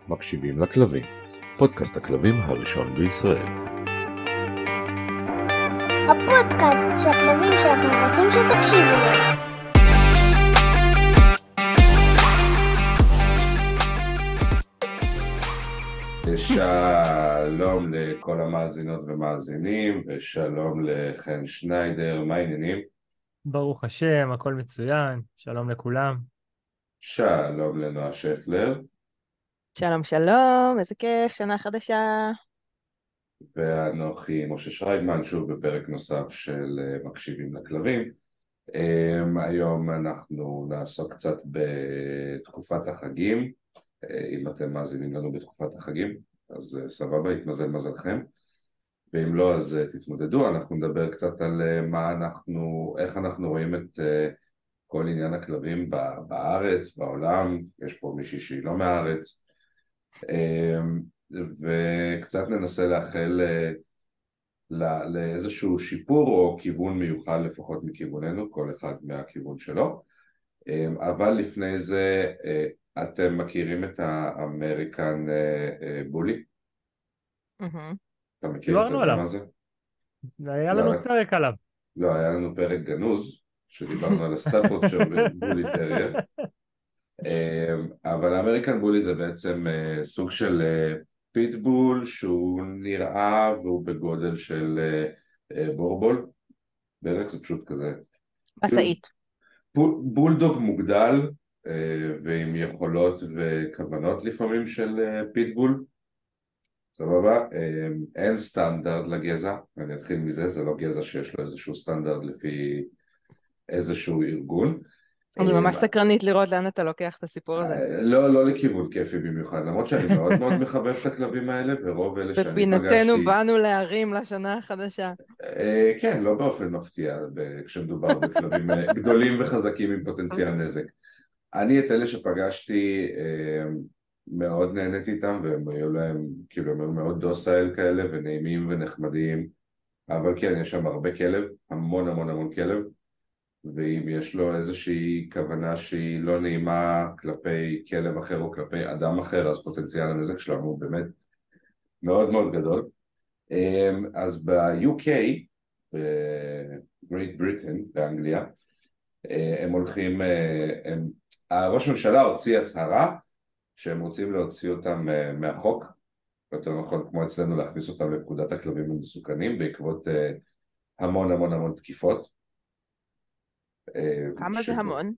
מקשיבים לכלבים, פודקאסט הכלבים הראשון בישראל. הפודקאסט שהכלבים שלכם רוצים שתקשיבו להם. שלום לכל המאזינות ומאזינים, ושלום לחן שניידר, מה העניינים? ברוך השם, הכל מצוין, שלום לכולם. שלום לנועה שפלר. שלום שלום, איזה כיף, שנה חדשה. ואנוכי משה שרייבמן, שוב בפרק נוסף של מקשיבים לכלבים. היום אנחנו נעסוק קצת בתקופת החגים, אם אתם מאזינים לנו בתקופת החגים, אז סבבה, יתמזל מזלכם. ואם לא, אז תתמודדו. אנחנו נדבר קצת על איך אנחנו רואים את כל עניין הכלבים בארץ, בעולם. יש פה מישהי שהיא לא מהארץ, וקצת ננסה לאחל לאיזשהו שיפור או כיוון מיוחד, לפחות מכיווננו, כל אחד מהכיוון שלו. אבל לפני זה, אתם מכירים את האמריקן בולי? אתה מכיר את זה? מה זה? היה לנו פרק עליו. לא, היה לנו פרק גנוז, שדיברנו על הסטאפורדשייר בולי טרייר. אבל האמריקן בולי זה בעצם סוג של פיטבול שהוא נראה והוא בגודל של בורבול. בערך זה פשוט כזה. מסעית. בולדוג מוגדל ועם יכולות וכוונות לפעמים של פיטבול. סבבה, אין סטנדרט לגזע, אני אתחיל מזה, זה לא גזע שיש לו איזשהו סטנדרט לפי איזשהו ארגון. אני ממש סקרנית לראות לאן אתה לוקח את הסיפור הזה. לא לכיוון כיפי במיוחד, למרות שאני מאוד מאוד מחבב את הכלבים האלה, ורוב אלה שאני פגשתי... בפינתנו באנו להרים לשנה החדשה. כן, לא באופן מפתיע, כשמדובר בכלבים גדולים וחזקים עם פוטנציאל נזק. אני את אלה שפגשתי מאוד נהניתי איתם, והם היו להם, כאילו, הם היו מאוד דוסייל כאלה, ונעימים ונחמדים, אבל כן, יש שם הרבה כלב, המון המון המון כלב, ואם יש לו איזושהי כוונה שהיא לא נעימה כלפי כלב אחר או כלפי אדם אחר, אז פוטנציאל הנזק שלנו הוא באמת מאוד מאוד גדול. אז ב-UK, ב-Great Britain, באנגליה, הם הולכים, ראש הממשלה הוציא הצהרה, שהם רוצים להוציא אותם מהחוק, יותר נכון כמו אצלנו להכניס אותם לפקודת הכלבים המסוכנים, בעקבות המון המון המון תקיפות. כמה זה המון?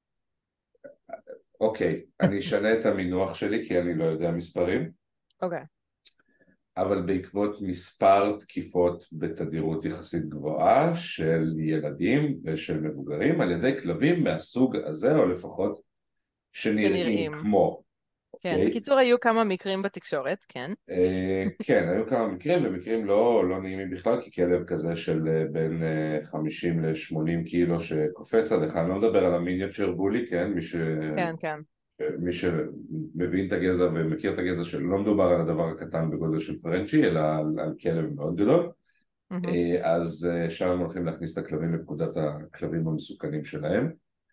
אוקיי, אני אשנה את המינוח שלי כי אני לא יודע מספרים. אוקיי. אבל בעקבות מספר תקיפות בתדירות יחסית גבוהה של ילדים ושל מבוגרים על ידי כלבים מהסוג הזה, או לפחות שנראים כמו. כן, בקיצור היו כמה מקרים בתקשורת, כן. כן, היו כמה מקרים, ומקרים לא נעימים בכלל, כי כלב כזה של בין 50 ל-80 קילו שקופץ עליך, אני לא מדבר על המיניאצ'ר בולי, כן, כן. מי שמבין את הגזע ומכיר את הגזע שלא מדובר על הדבר הקטן בגודל של פרנצ'י, אלא על כלב מאוד גדול. אז שם הם הולכים להכניס את הכלבים לפקודת הכלבים המסוכנים שלהם,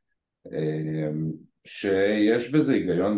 שיש בזה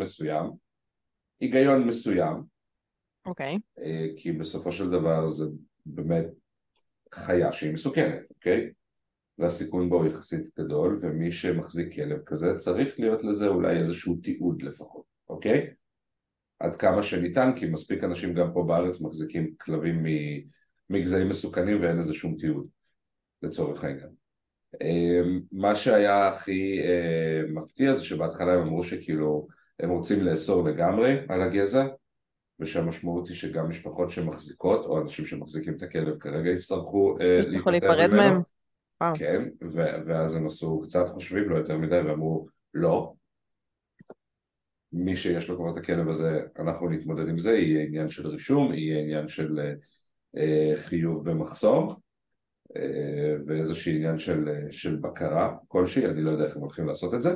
היגיון מסוים, אוקיי. כי בסופו של דבר זה באמת חיה שהיא מסוכנת, אוקיי? והסיכון בו יחסית גדול, ומי שמחזיק כלב כזה צריך להיות לזה אולי איזשהו תיעוד לפחות, אוקיי? עד כמה שניתן, כי מספיק אנשים גם פה בארץ מחזיקים כלבים מגזעים מסוכנים ואין איזה שום תיעוד לצורך העניין. מה שהיה הכי מפתיע זה שבהתחלה הם אמרו שכאילו הם רוצים לאסור לגמרי על הגזע, ושהמשמעות היא שגם משפחות שמחזיקות או אנשים שמחזיקים את הכלב כרגע יצטרכו להיפרד מהם. כן, ואז הם עשו קצת חושבים, לא יותר מדי, ואמרו לא, מי שיש לו כבר את הכלב הזה אנחנו נתמודד עם זה, יהיה עניין של רישום, יהיה עניין של חיוב במחסום, ואיזושהי עניין של בקרה כלשהי, אני לא יודע איך הם הולכים לעשות את זה,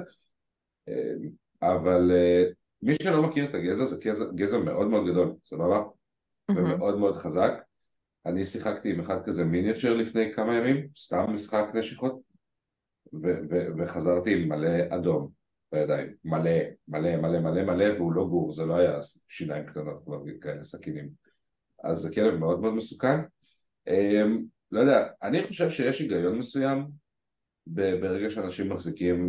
אבל מי שלא מכיר את הגזע, זה גזע מאוד מאוד גדול, סבבה? ומאוד מאוד חזק. אני שיחקתי עם אחד כזה מיניאצ'ר לפני כמה ימים, סתם משחק נשיכות, וחזרתי עם מלא אדום. בידיים, מלא, מלא, מלא, מלא, מלא, והוא לא גור, זה לא היה שיניים קטנות כבר כאלה סכינים. אז זה כלב מאוד מאוד מסוכן. לא יודע, אני חושב שיש היגיון מסוים ברגע שאנשים מחזיקים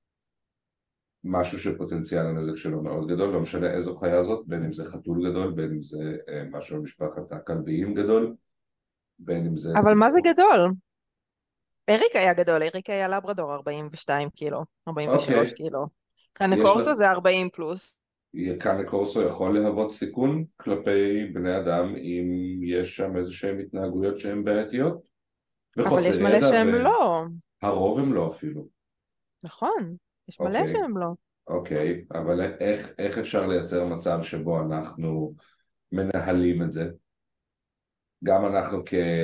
משהו שפוטנציאל הנזק שלו מאוד גדול, לא משנה איזו חיה זאת, בין אם זה חתול גדול, בין אם זה משהו במשפחת הכלביים גדול, בין אם זה אבל מה זה ציפור. גדול? אריק היה גדול, אריק היה לברדור 42 קילו, 43 אוקיי, קילו. קנה יש לה... קורסו זה 40 פלוס. קאנה קורסו יכול להוות סיכון כלפי בני אדם אם יש שם איזה שהן התנהגויות שהן בעייתיות אבל יש וחוסר מלא ידע, שהם לא. והרוב הם לא אפילו. נכון, יש מלא אוקיי, שהם לא. אוקיי, אבל איך אפשר לייצר מצב שבו אנחנו מנהלים את זה? גם אנחנו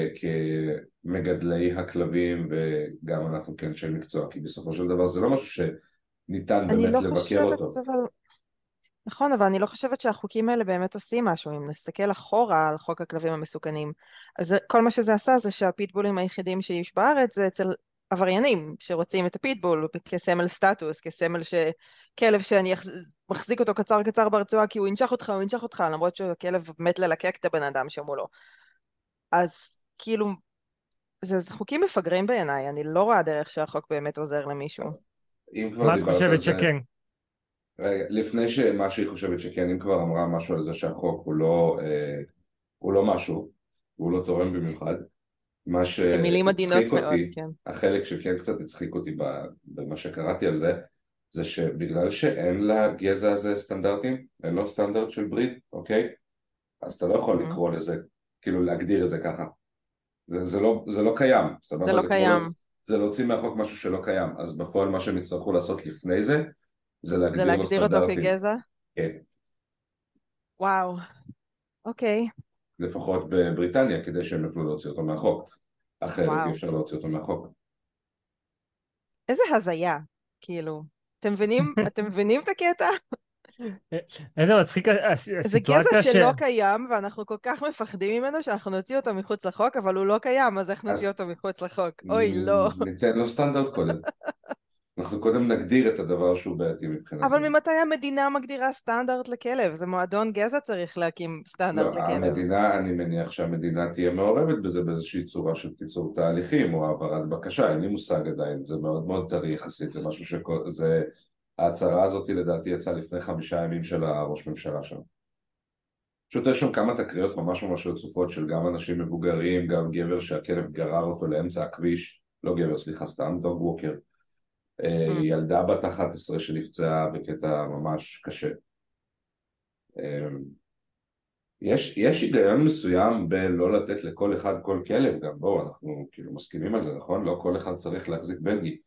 כמגדלי הכלבים וגם אנחנו כאנשי מקצוע, כי בסופו של דבר זה לא משהו שניתן אני באמת לא לבקר חושבת, אותו. אבל... נכון, אבל אני לא חושבת שהחוקים האלה באמת עושים משהו. אם נסתכל אחורה על חוק הכלבים המסוכנים, אז כל מה שזה עשה זה שהפיטבולים היחידים שיש בארץ זה אצל עבריינים שרוצים את הפיטבול כסמל סטטוס, כסמל שכלב שאני מחזיק אותו קצר קצר ברצועה כי הוא ינשך אותך, הוא ינשך אותך, למרות שהכלב מת ללקק את הבן אדם שמולו. אז כאילו, זה חוקים מפגרים בעיניי, אני לא רואה דרך שהחוק באמת עוזר למישהו. אם כבר מה את דיברת על חושבת זה, שכן? רגע, לפני שמה שהיא חושבת שכן, אם כבר אמרה משהו על זה שהחוק הוא לא משהו, הוא לא תורם במיוחד, מה במילים שהצחיק עדינות מאוד, אותי, כן. החלק שכן קצת הצחיק אותי במה שקראתי על זה, זה שבגלל שאין לגזע הזה סטנדרטים, אין לו סטנדרט של ברית, אוקיי? אז אתה לא יכול Mhm. לקרוא לזה, כאילו להגדיר את זה ככה. זה לא קיים, זה סבבה? לא קיים. זה להוציא מהחוק משהו שלא קיים, אז בפועל מה שהם יצטרכו לעשות לפני זה, זה זה להגדיר לו להגדיר אותו סטנדרטים. כגזע? כן, וואו, אוקיי, לפחות בבריטניה, כדי שהם יוכלו להוציא אותו מהחוק. אחרת אי וואו. אפשר להוציא אותו מהחוק. איזה הזיה, כאילו. אתם מבינים את הקטע? איזה מצחיק זה גזע הסיטואציה שלא קיים, ואנחנו כל כך מפחדים ממנו שאנחנו נוציא אותו מחוץ לחוק, אבל הוא לא קיים, אז איך נוציא אז אותו מחוץ לחוק? אוי, לא. ניתן לו סטנדרט קודם. אנחנו קודם נגדיר את הדבר שהוא בעייתי מבחינתנו. אבל ממתי המדינה מגדירה סטנדרט לכלב? זה מועדון גזע צריך להקים סטנדרט לא, לכלב. המדינה, אני מניח שהמדינה תהיה מעורבת בזה באיזושהי צורה של קיצור תהליכים או העברת בקשה, אין לי מושג עדיין, זה מאוד מאוד טרי יחסית, זה משהו זה... ההצהרה הזאת לדעתי יצאה לפני 5 ימים של הראש ממשלה שם. פשוט יש שם כמה תקריות ממש ממש רצופות של גם אנשים מבוגרים, גם גבר שהכלב גרר אותו לאמצע הכביש, לא גבר, סליחה, סתם דוג ווקר. Mm. ילדה בת 11 שנפצעה בקטע ממש קשה. יש היגיון מסוים בלא לתת לכל אחד כל כלב, גם בואו, אנחנו כאילו מסכימים על זה, נכון? לא כל אחד צריך להחזיק בלגי.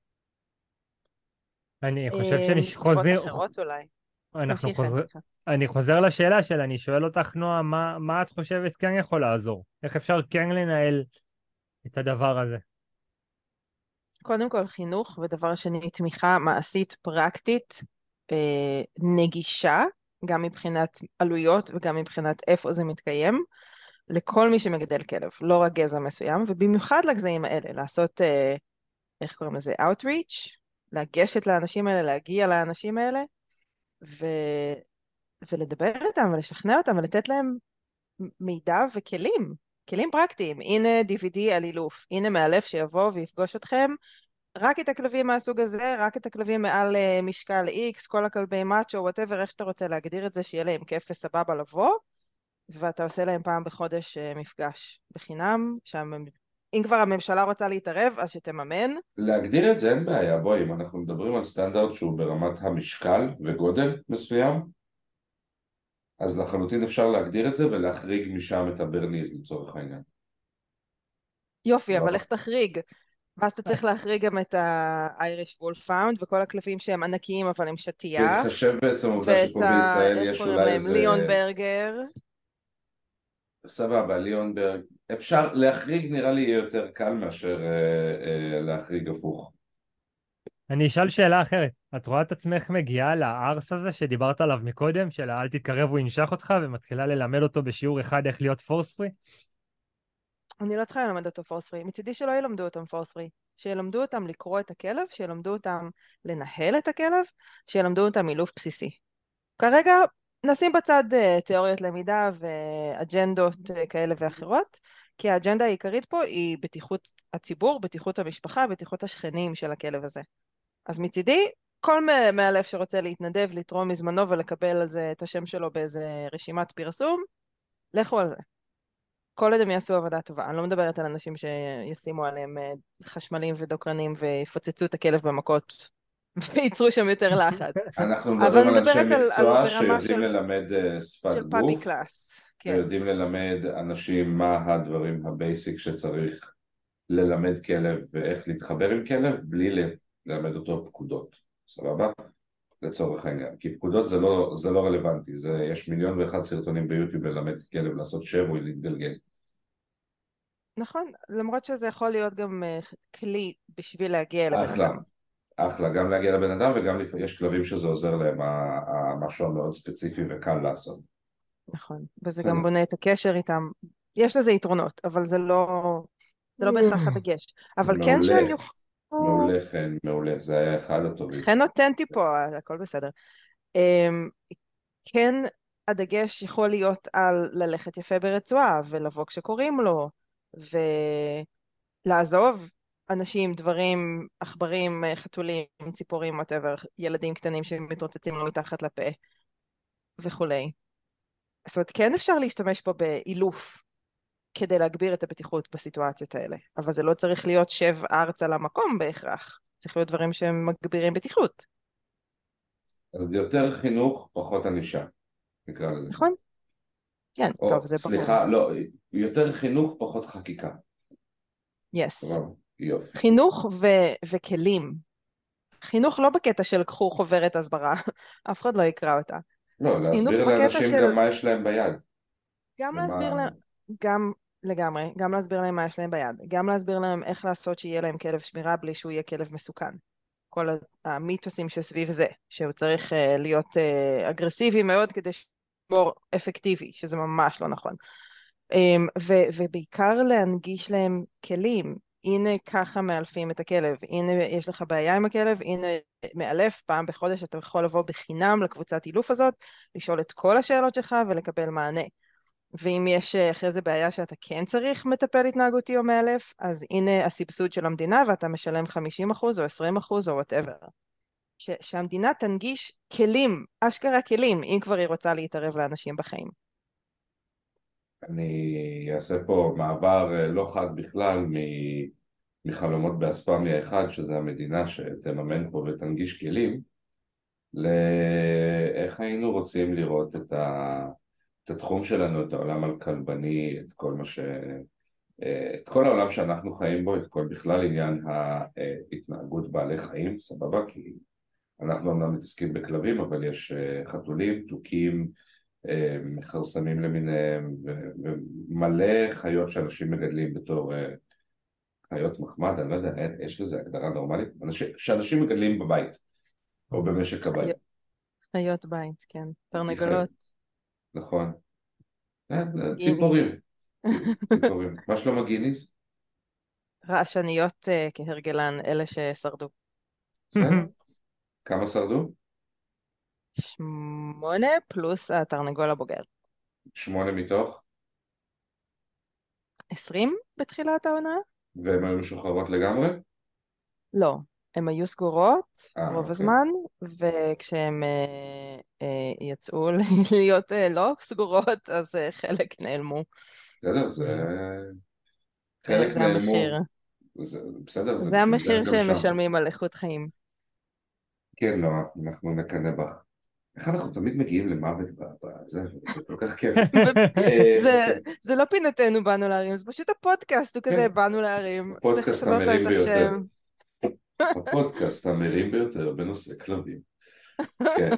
אני חושב שאני מסיבות חוזר, אחרות אולי. אנחנו תמשיך, חוזר, סליחה. אני חוזר לשאלה של, אני שואל אותך, נועה, מה את חושבת כן יכול לעזור? איך אפשר כן לנהל את הדבר הזה? קודם כל חינוך, ודבר שני תמיכה מעשית פרקטית, נגישה, גם מבחינת עלויות וגם מבחינת איפה זה מתקיים, לכל מי שמגדל כלב, לא רק גזע מסוים, ובמיוחד לגזעים האלה, לעשות, איך קוראים לזה, outreach, לגשת לאנשים האלה, להגיע לאנשים האלה, ו... ולדבר איתם ולשכנע אותם ולתת להם מידע וכלים, כלים פרקטיים. הנה DVD על אילוף, הנה מאלף שיבוא ויפגוש אתכם, רק את הכלבים מהסוג הזה, רק את הכלבים מעל משקל X, כל הכלבי מאצ'ו, whatever, איך שאתה רוצה להגדיר את זה, שיהיה להם כיף וסבבה לבוא, ואתה עושה להם פעם בחודש מפגש בחינם, אם כבר הממשלה רוצה להתערב, אז שתממן. להגדיר את זה אין בעיה, בואי, אם אנחנו מדברים על סטנדרט שהוא ברמת המשקל וגודל מסוים, אז לחלוטין אפשר להגדיר את זה ולהחריג משם את הברניז לצורך העניין. יופי, אבל סבבה. איך תחריג? ואז אתה צריך להחריג גם את ה-Irish Wolfhound, וכל הכלבים שהם ענקיים אבל הם שתייה, בהתחשב בעצם העובדה ואת שפה בישראל איך יש קוראים אולי להם? איזה... ליאון ברגר. סבבה, ליאונברג. אפשר להחריג, נראה לי יהיה יותר קל מאשר להחריג הפוך. אני אשאל שאלה אחרת. את רואה את עצמך מגיעה לארס הזה שדיברת עליו מקודם, של אל תתקרב הוא ינשך אותך, ומתחילה ללמד אותו בשיעור אחד איך להיות פורס פרי? אני לא צריכה ללמד אותו פורס פרי, מצידי שלא ילמדו אותם פורס פרי, שילמדו אותם לקרוא את הכלב, שילמדו אותם לנהל את הכלב, שילמדו אותם אילוף בסיסי. כרגע נשים בצד תיאוריות למידה ואג'נדות כאלה ואחרות, כי האג'נדה העיקרית פה היא בטיחות הציבור, בטיחות המשפחה, בטיחות השכנים של הכלב הזה. אז מצידי, כל מאלף שרוצה להתנדב, לתרום מזמנו ולקבל על זה את השם שלו באיזה רשימת פרסום, לכו על זה. כל עוד הם יעשו עבודה טובה. אני לא מדברת על אנשים שישימו עליהם חשמלים ודוקרנים ויפוצצו את הכלב במכות וייצרו שם יותר לחץ. אנחנו אבל מדברים על אנשי מדברת מקצוע ברמה שיודעים ללמד שפת של גוף, פאבי קלאס. כן. ויודעים ללמד אנשים מה הדברים הבייסיק שצריך ללמד כלב ואיך להתחבר עם כלב בלי ללמד אותו פקודות, סבבה? לצורך העניין, כי פקודות זה לא רלוונטי, יש 1,000,001 סרטונים ביוטיוב ללמד כלב לעשות שבוי, להתגלגל. נכון, למרות שזה יכול להיות גם כלי בשביל להגיע אל הבן אדם. אחלה, גם להגיע לבן אדם וגם יש כלבים שזה עוזר להם, המשהו המאוד ספציפי וקל לעשות. נכון, וזה גם בונה את הקשר איתם. יש לזה יתרונות, אבל זה לא בהכרח הדגש. אבל כן שהם יוכלו... מעולה חן, מעולה, זה היה אחד הטובים. חן אותנטי פה, הכל בסדר. כן, הדגש יכול להיות על ללכת יפה ברצועה, ולבוא כשקוראים לו, ולעזוב אנשים, דברים, עכברים, חתולים, ציפורים, whatever, ילדים קטנים שמתרוצצים לו מתחת לפה, וכולי. זאת אומרת, כן אפשר להשתמש פה באילוף, כדי להגביר את הבטיחות בסיטואציות האלה. אבל זה לא צריך להיות שב ארץ על המקום בהכרח. צריך להיות דברים שהם מגבירים בטיחות. אז יותר חינוך, פחות ענישה, נקרא לזה. נכון? כן, טוב, זה ברור. סליחה, לא, יותר חינוך, פחות חקיקה. Yes. יופי. חינוך וכלים. חינוך לא בקטע של קחו חוברת הסברה, אף אחד לא יקרא אותה. לא, להסביר לאנשים גם מה יש להם ביד. גם להסביר להם, גם לגמרי, גם להסביר להם מה יש להם ביד, גם להסביר להם איך לעשות שיהיה להם כלב שמירה בלי שהוא יהיה כלב מסוכן. כל המיתוסים שסביב זה, שהוא צריך להיות אגרסיבי מאוד כדי לשמור אפקטיבי, שזה ממש לא נכון. ובעיקר להנגיש להם כלים. הנה ככה מאלפים את הכלב, הנה יש לך בעיה עם הכלב, הנה מאלף פעם בחודש אתה יכול לבוא בחינם לקבוצת אילוף הזאת, לשאול את כל השאלות שלך ולקבל מענה. ואם יש אחרי זה בעיה שאתה כן צריך מטפל התנהגותי או מאלף, אז הנה הסבסוד של המדינה ואתה משלם 50% או 20% או whatever. שהמדינה תנגיש כלים, אשכרה כלים, אם כבר היא רוצה להתערב לאנשים בחיים. אני אעשה פה מעבר לא חד בכלל מחלומות באספמיה אחד, שזה המדינה שתממן פה ותנגיש כלים, לאיך היינו רוצים לראות את התחום שלנו, את העולם הכלבני, את כל העולם שאנחנו חיים בו, את כל בכלל עניין ההתנהגות בעלי חיים, סבבה? כי אנחנו אמנם מתעסקים בכלבים, אבל יש חתולים, תוכים, מחרסמים למיניהם, ומלא חיות שאנשים מגדלים בתור חיות מחמד, אני לא יודע, יש לזה הגדרה נורמלית? שאנשים מגדלים בבית, או במשק הבית. חיות בית, כן. תרנגולות. נכון. ציפורים. ציפורים. מה שלום הגיניס? רעשניות כהרגלן, אלה ששרדו. בסדר? כמה שרדו? 8 פלוס התרנגול הבוגר. 8 מתוך? 20 בתחילת העונה? והן היו משוחררות לגמרי? לא, הן היו סגורות רוב אוקיי. הזמן, וכשהן יצאו להיות לא סגורות, אז חלק נעלמו. בסדר, זה... חלק זה נעלמו. המחיר. בסדר, זה המחיר גם שהם שם. משלמים על איכות חיים. כן, לא, אנחנו נקנה בך. איך אנחנו תמיד מגיעים למוות זה כל כך כיף. זה לא פינתנו באנו להרים, זה פשוט הפודקאסט, הוא כזה באנו להרים. הפודקאסט המרים ביותר. הפודקאסט המרים ביותר בנושא כלבים. כן.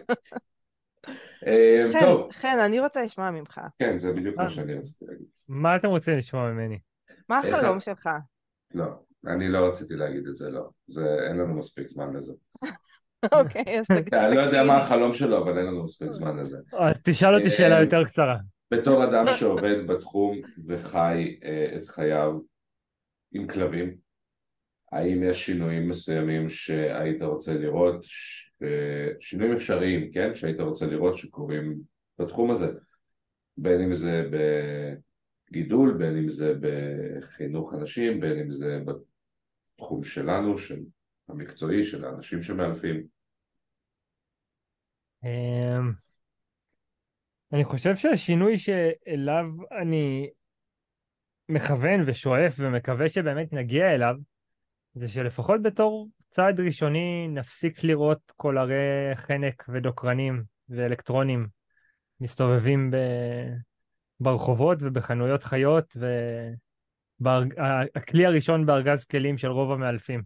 טוב. חן, אני רוצה לשמוע ממך. כן, זה בדיוק מה שאני רציתי להגיד. מה אתם רוצים לשמוע ממני? מה החלום שלך? לא, אני לא רציתי להגיד את זה, לא. אין לנו מספיק זמן לזה. אוקיי, אז תגיד. אני לא יודע מה החלום שלו, אבל אין לנו מספיק זמן לזה. תשאל אותי שאלה יותר קצרה. בתור אדם שעובד בתחום וחי את חייו עם כלבים, האם יש שינויים מסוימים שהיית רוצה לראות, שינויים אפשריים, כן? שהיית רוצה לראות שקורים בתחום הזה, בין אם זה בגידול, בין אם זה בחינוך אנשים, בין אם זה בתחום שלנו, של המקצועי, של האנשים שמאלפים. אני חושב שהשינוי שאליו אני מכוון ושואף ומקווה שבאמת נגיע אליו, זה שלפחות בתור צעד ראשוני נפסיק לראות קולרי חנק ודוקרנים ואלקטרונים מסתובבים ברחובות ובחנויות חיות, והכלי הראשון בארגז כלים של רוב המאלפים.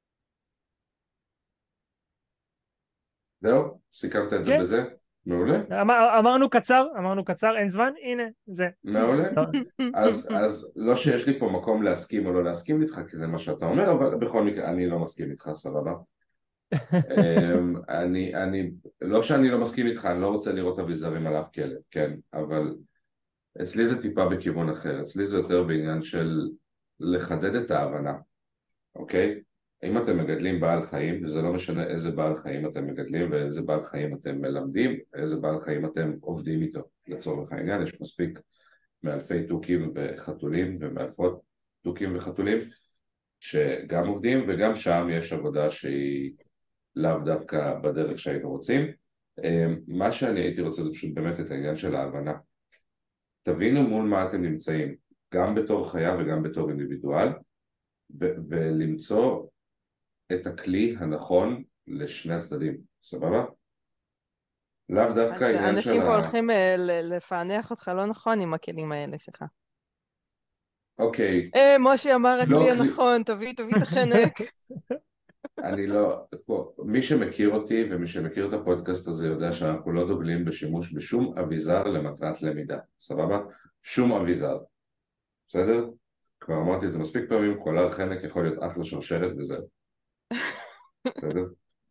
זהו? סיכמת את זה כן. בזה? מעולה. אמרנו קצר, אין זמן, הנה, זה. מעולה. טוב. אז לא שיש לי פה מקום להסכים או לא להסכים איתך, כי זה מה שאתה אומר, אבל בכל מקרה אני לא מסכים איתך, סבבה? לא שאני לא מסכים איתך, אני לא רוצה לראות אביזרים על אף כלב, כן, אבל אצלי זה טיפה בכיוון אחר, אצלי זה יותר בעניין של לחדד את ההבנה, אוקיי? אם אתם מגדלים בעל חיים, וזה לא משנה איזה בעל חיים אתם מגדלים ואיזה בעל חיים אתם מלמדים, איזה בעל חיים אתם עובדים איתו, לצורך העניין, יש מספיק מאלפי תוכים וחתולים ומאלפות תוכים וחתולים שגם עובדים, וגם שם יש עבודה שהיא לאו דווקא בדרך שהיינו רוצים. מה שאני הייתי רוצה זה פשוט באמת את העניין של ההבנה. תבינו מול מה אתם נמצאים, גם בתור חיה וגם בתור אינדיבידואל, ולמצוא את הכלי הנכון לשני הצדדים, סבבה? לאו דווקא העניין של אנשים פה הולכים לפענח אותך לא נכון עם הכלים האלה שלך. אוקיי. משה אמר הכלי הנכון, תביא את החנק. אני לא, מי שמכיר אותי ומי שמכיר את הפודקאסט הזה יודע שאנחנו לא דוגלים בשימוש בשום אביזר למטרת למידה, סבבה? שום אביזר, בסדר? כבר אמרתי את זה מספיק פעמים, קולר חנק יכול להיות אחלה שרשרת וזהו, בסדר?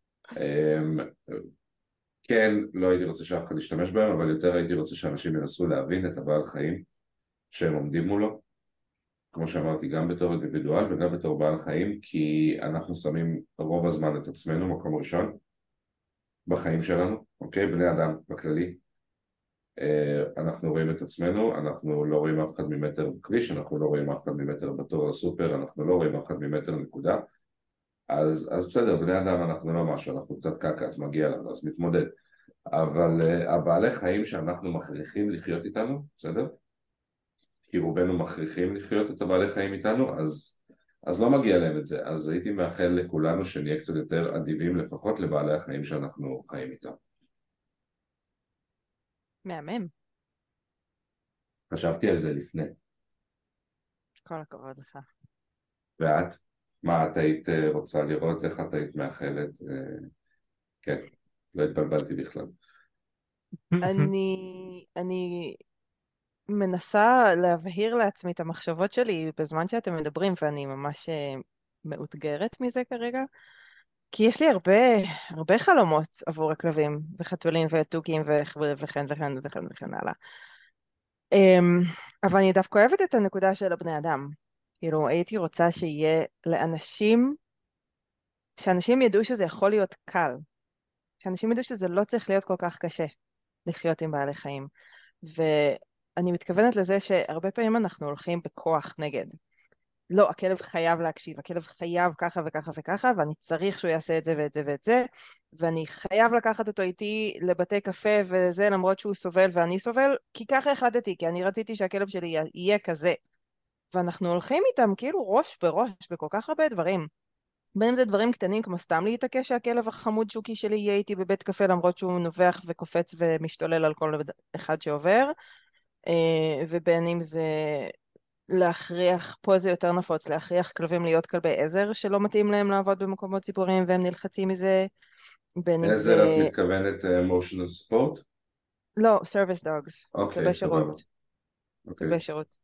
כן, לא הייתי רוצה שאף אחד ישתמש בהם, אבל יותר הייתי רוצה שאנשים ינסו להבין את הבעל חיים שהם עומדים מולו, כמו שאמרתי, גם בתור אינדיבידואל וגם בתור בעל חיים, כי אנחנו שמים רוב הזמן את עצמנו מקום ראשון בחיים שלנו, אוקיי? בני אדם בכללי. אנחנו רואים את עצמנו, אנחנו לא רואים אף אחד ממטר בכביש, אנחנו לא רואים אף אחד ממטר בתור לסופר, אנחנו לא רואים אף אחד ממטר נקודה. אז בסדר, בני אדם אנחנו לא משהו, אנחנו קצת קקה, אז מגיע לנו, אז מתמודד. אבל הבעלי חיים שאנחנו מכריחים לחיות איתנו, בסדר? כי רובנו מכריחים לחיות את הבעלי חיים איתנו, אז לא מגיע להם את זה. אז הייתי מאחל לכולנו שנהיה קצת יותר אדיבים לפחות לבעלי החיים שאנחנו חיים איתם. מהמם. חשבתי על זה לפני. כל הכבוד לך. ואת? מה את היית רוצה לראות? איך את היית מאחלת? כן, לא התבלבלתי בכלל. אני מנסה להבהיר לעצמי את המחשבות שלי בזמן שאתם מדברים, ואני ממש מאותגרת מזה כרגע, כי יש לי הרבה חלומות עבור הכלבים וחתולים ותוכים וכן הלאה. אבל אני דווקא אוהבת את הנקודה של הבני אדם. כאילו, הייתי רוצה שיהיה לאנשים, שאנשים ידעו שזה יכול להיות קל, שאנשים ידעו שזה לא צריך להיות כל כך קשה לחיות עם בעלי חיים. ואני מתכוונת לזה שהרבה פעמים אנחנו הולכים בכוח נגד. לא, הכלב חייב להקשיב, הכלב חייב ככה וככה וככה, ואני צריך שהוא יעשה את זה ואת זה ואת זה, ואני חייב לקחת אותו איתי לבתי קפה וזה, למרות שהוא סובל ואני סובל, כי ככה החלטתי, כי אני רציתי שהכלב שלי יהיה כזה. ואנחנו הולכים איתם כאילו ראש בראש בכל כך הרבה דברים. בין אם זה דברים קטנים כמו סתם להתעקש שהכלב החמוד שוקי שלי יהיה איתי בבית קפה למרות שהוא נובח וקופץ ומשתולל על כל אחד שעובר, ובין אם זה להכריח, פה זה יותר נפוץ, להכריח כלבים להיות כלבי עזר שלא מתאים להם לעבוד במקומות ציבוריים והם נלחצים מזה, בין אם זה... עזר את מתכוונת emotional support? לא, service dogs, כלבי שירות. כלבי שירות.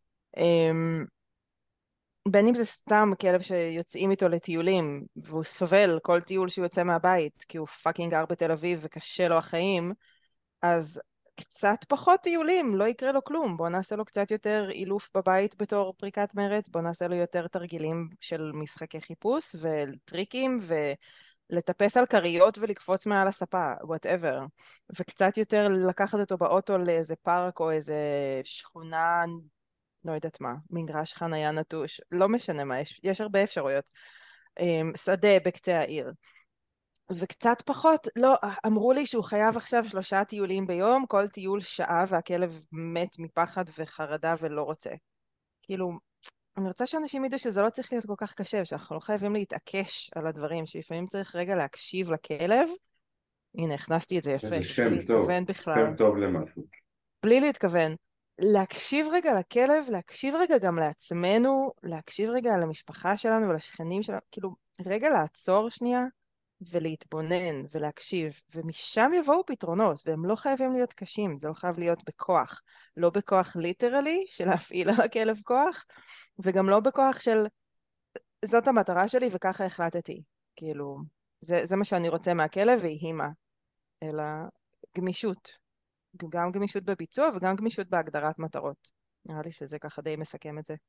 בין אם זה סתם כלב שיוצאים איתו לטיולים והוא סובל כל טיול שהוא יוצא מהבית כי הוא פאקינג גר בתל אביב וקשה לו החיים, אז קצת פחות טיולים, לא יקרה לו כלום. בוא נעשה לו קצת יותר אילוף בבית בתור פריקת מרץ, בוא נעשה לו יותר תרגילים של משחקי חיפוש וטריקים ולטפס על כריות ולקפוץ מעל הספה, whatever. וקצת יותר לקחת אותו באוטו לאיזה פארק או איזה שכונה, לא יודעת מה, מגרש חנייה נטוש, לא משנה מה, יש הרבה אפשרויות. שדה בקצה העיר. וקצת פחות, לא, אמרו לי שהוא חייב עכשיו 3 טיולים ביום, כל טיול שעה והכלב מת מפחד וחרדה ולא רוצה. כאילו, אני רוצה שאנשים ידעו שזה לא צריך להיות כל כך קשה, שאנחנו לא חייבים להתעקש על הדברים, שלפעמים צריך רגע להקשיב לכלב. הנה, הכנסתי את זה יפה, איזה בלי שם טוב, להתכוון בכלל. שם טוב למשהו. בלי להתכוון. להקשיב רגע לכלב, להקשיב רגע גם לעצמנו, להקשיב רגע למשפחה שלנו ולשכנים שלנו, כאילו, רגע לעצור שנייה ולהתבונן ולהקשיב, ומשם יבואו פתרונות, והם לא חייבים להיות קשים, זה לא חייב להיות בכוח, לא בכוח ליטרלי של להפעיל על הכלב כוח, וגם לא בכוח של זאת המטרה שלי וככה החלטתי, כאילו, זה מה שאני רוצה מהכלב ויהי מה, אלא גמישות. גם גמישות בביצוע וגם גמישות בהגדרת מטרות. נראה לי שזה ככה די מסכם את זה.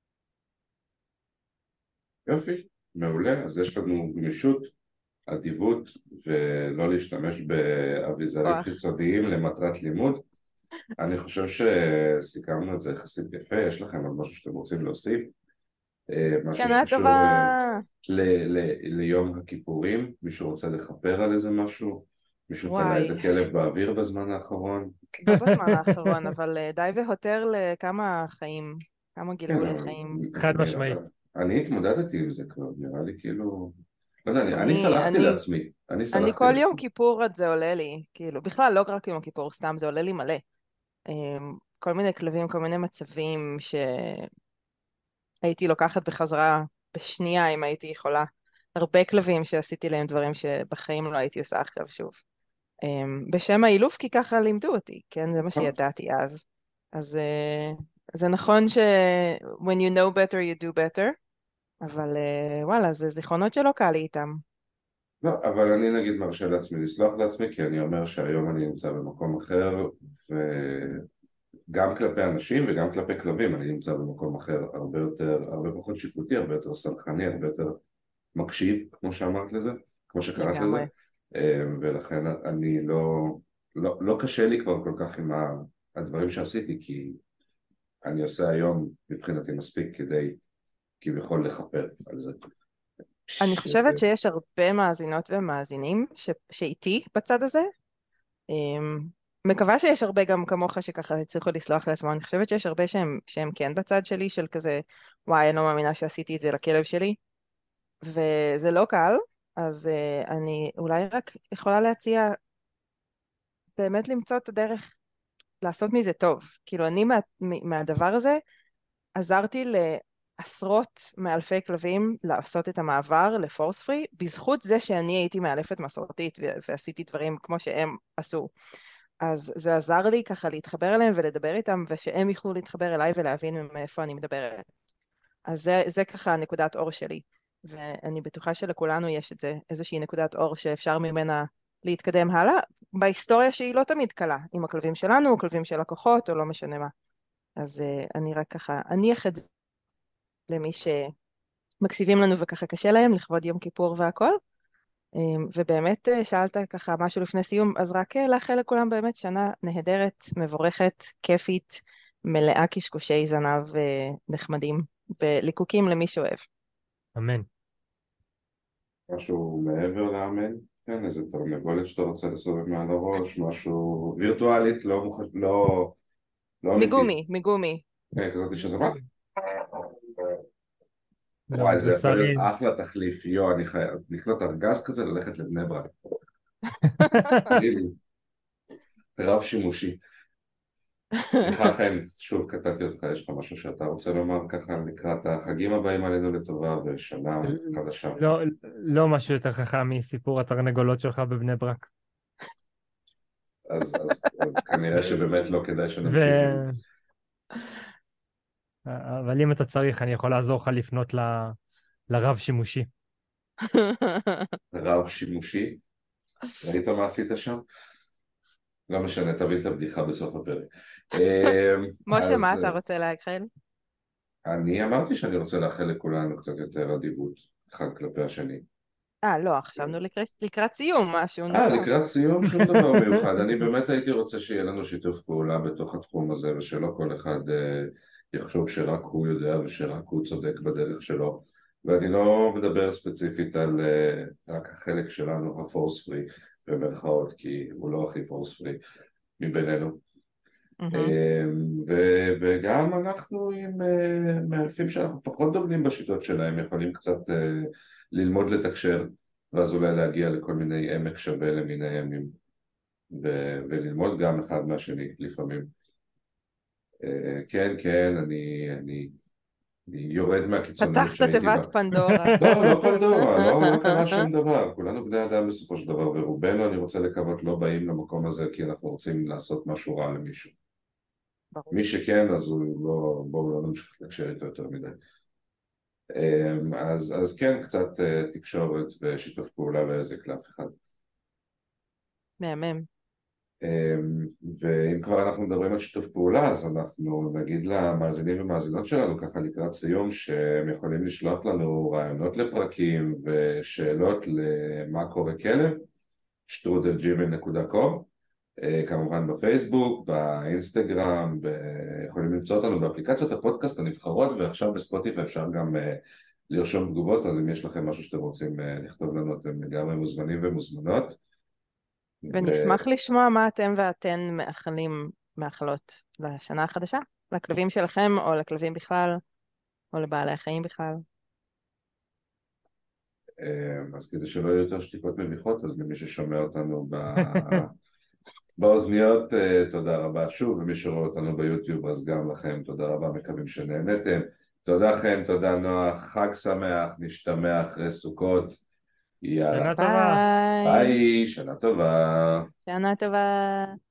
יופי, מעולה. אז יש לנו גמישות, אדיבות, ולא להשתמש באביזרים כוח. חיצוניים למטרת לימוד. אני חושב שסיכמנו את זה יחסית יפה. יש לכם עוד משהו שאתם רוצים להוסיף? משהו שנה שקשור טובה! ליום הכיפורים? מישהו רוצה לכפר על איזה משהו? מישהו תלה וואי, איזה כלב באוויר בזמן האחרון? לא בזמן האחרון, אבל די והותר לכמה חיים, כמה גלגולי אבל חיים. חד משמעית. אני התמודדתי עם זה כבר, נראה לי כאילו... לא יודע, אני אני סלחתי לעצמי. אני אני סלחתי כל יום לעצמי. כיפור עד זה עולה לי, כאילו, בכלל לא רק יום הכיפור, סתם זה עולה לי מלא. כל מיני כלבים, כל מיני מצבים שהייתי לוקחת בחזרה בשנייה אם הייתי יכולה. הרבה כלבים שעשיתי להם דברים שבחיים לא הייתי עושה עכשיו שוב. בשם האילוף, כי ככה לימדו אותי, כן? זה מה שידעתי אז. אז זה נכון ש- when you know better you do better, אבל וואלה, זה זיכרונות שלא קל לי איתם. לא, אבל אני נגיד מרשה לעצמי לסלוח לעצמי, כי אני אומר שהיום אני נמצא במקום אחר, וגם כלפי אנשים וגם כלפי כלבים אני נמצא במקום אחר, הרבה פחות שיפוטי, הרבה יותר סלחני, הרבה יותר מקשיב, כמו שאמרת לזה, כמו שקראת לזה. לגמרי. ולכן אני לא קשה לי כבר כל כך עם הדברים שעשיתי, כי אני עושה היום מבחינתי מספיק כדי כביכול לכפר על זה. אני חושבת שיש הרבה מאזינות ומאזינים שאיתי בצד הזה. מקווה שיש הרבה גם כמוך שככה הצליחו לסלוח לעצמם. אני חושבת שיש הרבה שהם כן בצד שלי, של כזה, וואי, אני לא מאמינה שעשיתי את זה לכלב שלי. וזה לא קל, אז אני אולי רק יכולה להציע באמת למצוא את הדרך לעשות מזה טוב. כאילו, אני מהדבר הזה עזרתי לעשרות מאלפי כלבים לעשות את המעבר לפורס פרי, בזכות זה שאני הייתי מאלפת מסורתית ועשיתי דברים כמו שהם עשו. אז זה עזר לי ככה להתחבר אליהם ולדבר איתם, ושהם יוכלו להתחבר אליי ולהבין מאיפה אני מדברת. אז זה ככה נקודת אור שלי. ואני בטוחה שלכולנו יש את זה, איזושהי נקודת אור שאפשר ממנה להתקדם הלאה, בהיסטוריה שהיא לא תמיד קלה, עם הכלבים שלנו, או כלבים של לקוחות, או לא משנה מה. אז אני רק ככה אניח את זה למי שמקשיבים לנו וככה קשה להם, לכבוד יום כיפור והכל. ובאמת שאלת ככה משהו לפני סיום, אז רק לאחל לכולם באמת שנה נהדרת, מבורכת, כיפית, מלאה קשקושי זנב נחמדים, וליקוקים למי שאוהב. אמן. משהו מעבר לאמן? כן, איזה תרנגולת שאתה רוצה לסובב מעל הראש, משהו וירטואלית, לא אמיתית. מגומי. כן, כזאת שזה מה? לא, וואי, זה יכול להיות לצערי. אחלה תחליף, אני חייב לקנות ארגז כזה, ללכת לבני ברק. תגיד לי, רב שימושי. סליחה חיים, שוב קטעתי אותך, יש לך משהו שאתה רוצה לומר ככה לקראת החגים הבאים עלינו לטובה ושנה חדשה? לא משהו יותר חכם מסיפור התרנגולות שלך בבני ברק. אז כנראה שבאמת לא כדאי שנמשיך. אבל אם אתה צריך, אני יכול לעזור לך לפנות לרב שימושי. רב שימושי? ראית מה עשית שם? לא משנה, תבין את הבדיחה בסוף הפרק. משה, מה אז אתה רוצה לאחל? אני אמרתי שאני רוצה לאחל לכולנו קצת יותר אדיבות אחד כלפי השני. לא, חשבנו לקראת סיום, משהו נוסף. לקראת סיום שום דבר מיוחד. אני באמת הייתי רוצה שיהיה לנו שיתוף פעולה בתוך התחום הזה, ושלא כל אחד יחשוב שרק הוא יודע ושרק הוא צודק בדרך שלו. ואני לא מדבר ספציפית על רק החלק שלנו, הפורס פרי, במרכאות, כי הוא לא הכי פורס פרי מבינינו. וגם אנחנו עם מאלפים שאנחנו פחות דוגלים בשיטות שלהם, יכולים קצת ללמוד לתקשר, ואז אולי להגיע לכל מיני עמק שווה למיניהם, וללמוד גם אחד מהשני לפעמים. כן, כן, אני יורד מהקיצוניות פתחת שהייתי בה. תיבת פנדורה. לא פנדורה, לא קרה שום דבר, כולנו בני אדם בסופו של דבר, ורובנו אני רוצה לקוות לא באים למקום הזה כי אנחנו רוצים לעשות משהו רע למישהו. ברור. מי שכן, אז הוא לא, בואו לא נמשיך לקשר איתו יותר מדי. אז כן, קצת תקשורת ושיתוף פעולה והזק לאף אחד. מהמם. ואם כבר אנחנו מדברים על שיתוף פעולה, אז אנחנו נגיד למאזינים ומאזינות שלנו ככה לקראת סיום שהם יכולים לשלוח לנו רעיונות לפרקים ושאלות למה קורה כלב, strudelgmail.com, כמובן בפייסבוק, באינסטגרם, יכולים למצוא אותנו באפליקציות הפודקאסט הנבחרות, ועכשיו בספוטיפיי אפשר גם לרשום תגובות, אז אם יש לכם משהו שאתם רוצים לכתוב לנו, אתם לגמרי מוזמנים ומוזמנות. ונשמח לשמוע מה אתם ואתן מאחלות לשנה החדשה, לכלבים שלכם או לכלבים בכלל, או לבעלי החיים בכלל. אז כדי שלא יהיו יותר שתיקות מביכות, אז למי ששומע אותנו באוזניות, תודה רבה שוב, ומי שרואה אותנו ביוטיוב, אז גם לכם תודה רבה, מקווים שנהנתם. תודה חן, תודה נוח, חג שמח, נשתמע אחרי סוכות. יאללה. שנה טובה. ביי, שנה טובה. שנה טובה.